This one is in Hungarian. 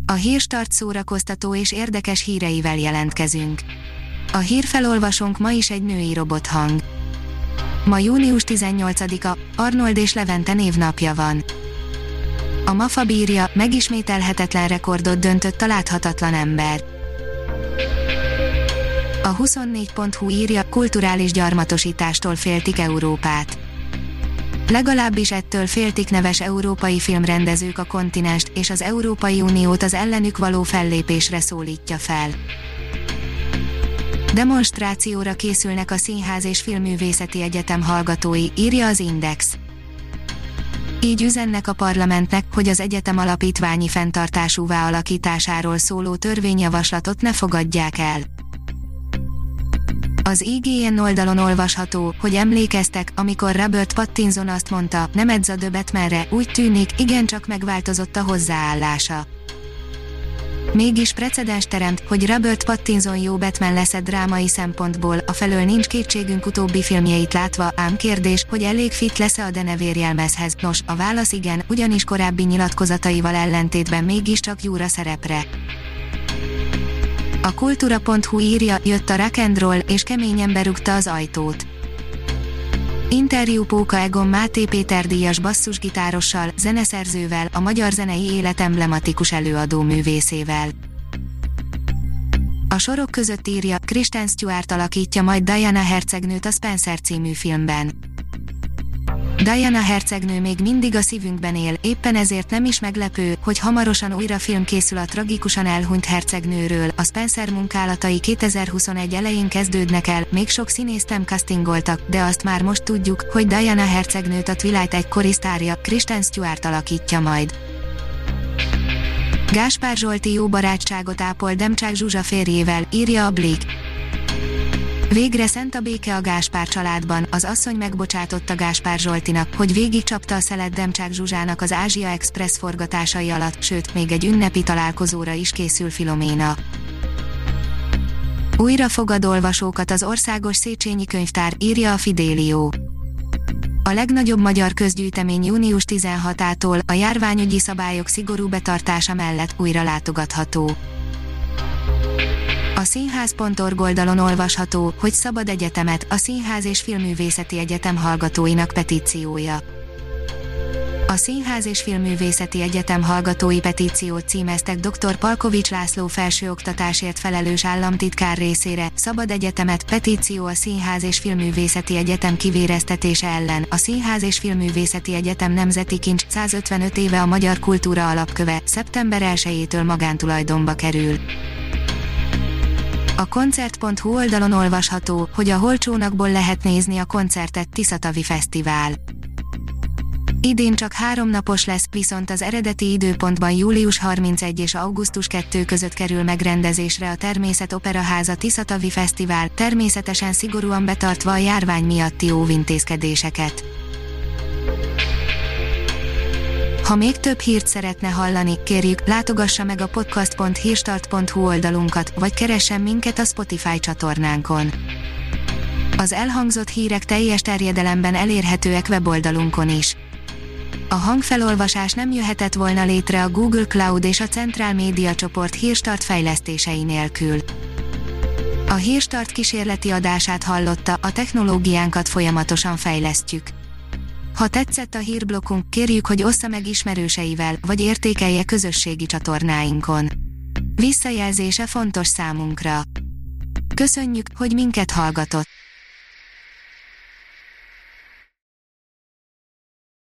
A Hírstart szórakoztató és érdekes híreivel jelentkezünk. A hírfelolvasónk ma is egy női robothang. Ma június 18-a, Arnold és Levente névnapja van. A MAFA bírja, megismételhetetlen rekordot döntött a láthatatlan ember. A 24.hu írja, kulturális gyarmatosítástól féltik Európát. Legalábbis ettől féltik neves európai filmrendezők a kontinenst, és az Európai Uniót az ellenük való fellépésre szólítja fel. Demonstrációra készülnek a Színház és Filmművészeti Egyetem hallgatói, írja az Index. Így üzennek a parlamentnek, hogy az egyetem alapítványi fenntartásúvá alakításáról szóló törvényjavaslatot ne fogadják el. Az IGN oldalon olvasható, hogy emlékeztek, amikor Robert Pattinson azt mondta, nem edz a The Batmanre, úgy tűnik, igencsak megváltozott a hozzáállása. Mégis precedens teremt, hogy Robert Pattinson jó Batman lesz drámai szempontból, afelől nincs kétségünk utóbbi filmjeit látva, ám kérdés, hogy elég fit lesz-e a denevérjelmezhez. Nos, a válasz igen, ugyanis korábbi nyilatkozataival ellentétben mégiscsak júra szerepre. A kultúra.hu írja, jött a rock and roll, és keményen berúgta az ajtót. Interjú Póka Egon Máté Péter díjas basszusgitárossal, zeneszerzővel, a magyar zenei élet emblematikus előadóművészével. A sorok között írja, Kristen Stewart alakítja majd Diana hercegnőt a Spencer című filmben. Diana hercegnő még mindig a szívünkben él, éppen ezért nem is meglepő, hogy hamarosan újra film készül a tragikusan elhunyt hercegnőről. A Spencer munkálatai 2021 elején kezdődnek el, még sok színészt nem castingoltak, de azt már most tudjuk, hogy Diana hercegnőt a Twilight egykori sztárja, Kristen Stewart alakítja majd. Gáspár Zsolti jó barátságot ápol Demcsák Zsuzsa férjével, írja a Blick. Végre szent a béke a Gáspár családban, az asszony megbocsátotta Gáspár Zsoltinak, hogy végigcsapta a szelet Demcsák Zsuzsának az Ázsia Express forgatásai alatt, sőt, még egy ünnepi találkozóra is készül Filoména. Újra fogad olvasókat az Országos Széchenyi Könyvtár, írja a Fidelio. A legnagyobb magyar közgyűjtemény június 16-ától a járványügyi szabályok szigorú betartása mellett újra látogatható. A színház.org oldalon olvasható, hogy szabad egyetemet, a Színház és Filmművészeti Egyetem hallgatóinak petíciója. A Színház és Filmművészeti Egyetem hallgatói petíciót címeztek dr. Palkovics László felsőoktatásért felelős államtitkár részére, szabad egyetemet, petíció a Színház és Filmművészeti Egyetem kivéreztetése ellen. A Színház és Filmművészeti Egyetem nemzeti kincs, 155 éve a magyar kultúra alapköve, szeptember 1-től magántulajdonba kerül. A koncert.hu oldalon olvasható, hogy a Holcsónakból lehet nézni a koncertet Tiszatavi Fesztivál. Idén csak 3 napos lesz, viszont az eredeti időpontban július 31 és augusztus 2 között kerül megrendezésre a Természet Operaháza Tiszatavi Fesztivál, természetesen szigorúan betartva a járvány miatti óvintézkedéseket. Ha még több hírt szeretne hallani, kérjük, látogassa meg a podcast.hírstart.hu oldalunkat, vagy keressen minket a Spotify csatornánkon. Az elhangzott hírek teljes terjedelemben elérhetőek weboldalunkon is. A hangfelolvasás nem jöhetett volna létre a Google Cloud és a Centrál Média csoport Hírstart fejlesztései nélkül. A Hírstart kísérleti adását hallotta, a technológiánkat folyamatosan fejlesztjük. Ha tetszett a hírblokkunk, kérjük, hogy ossza meg ismerőseivel, vagy értékelje közösségi csatornáinkon. Visszajelzése fontos számunkra. Köszönjük, hogy minket hallgatott!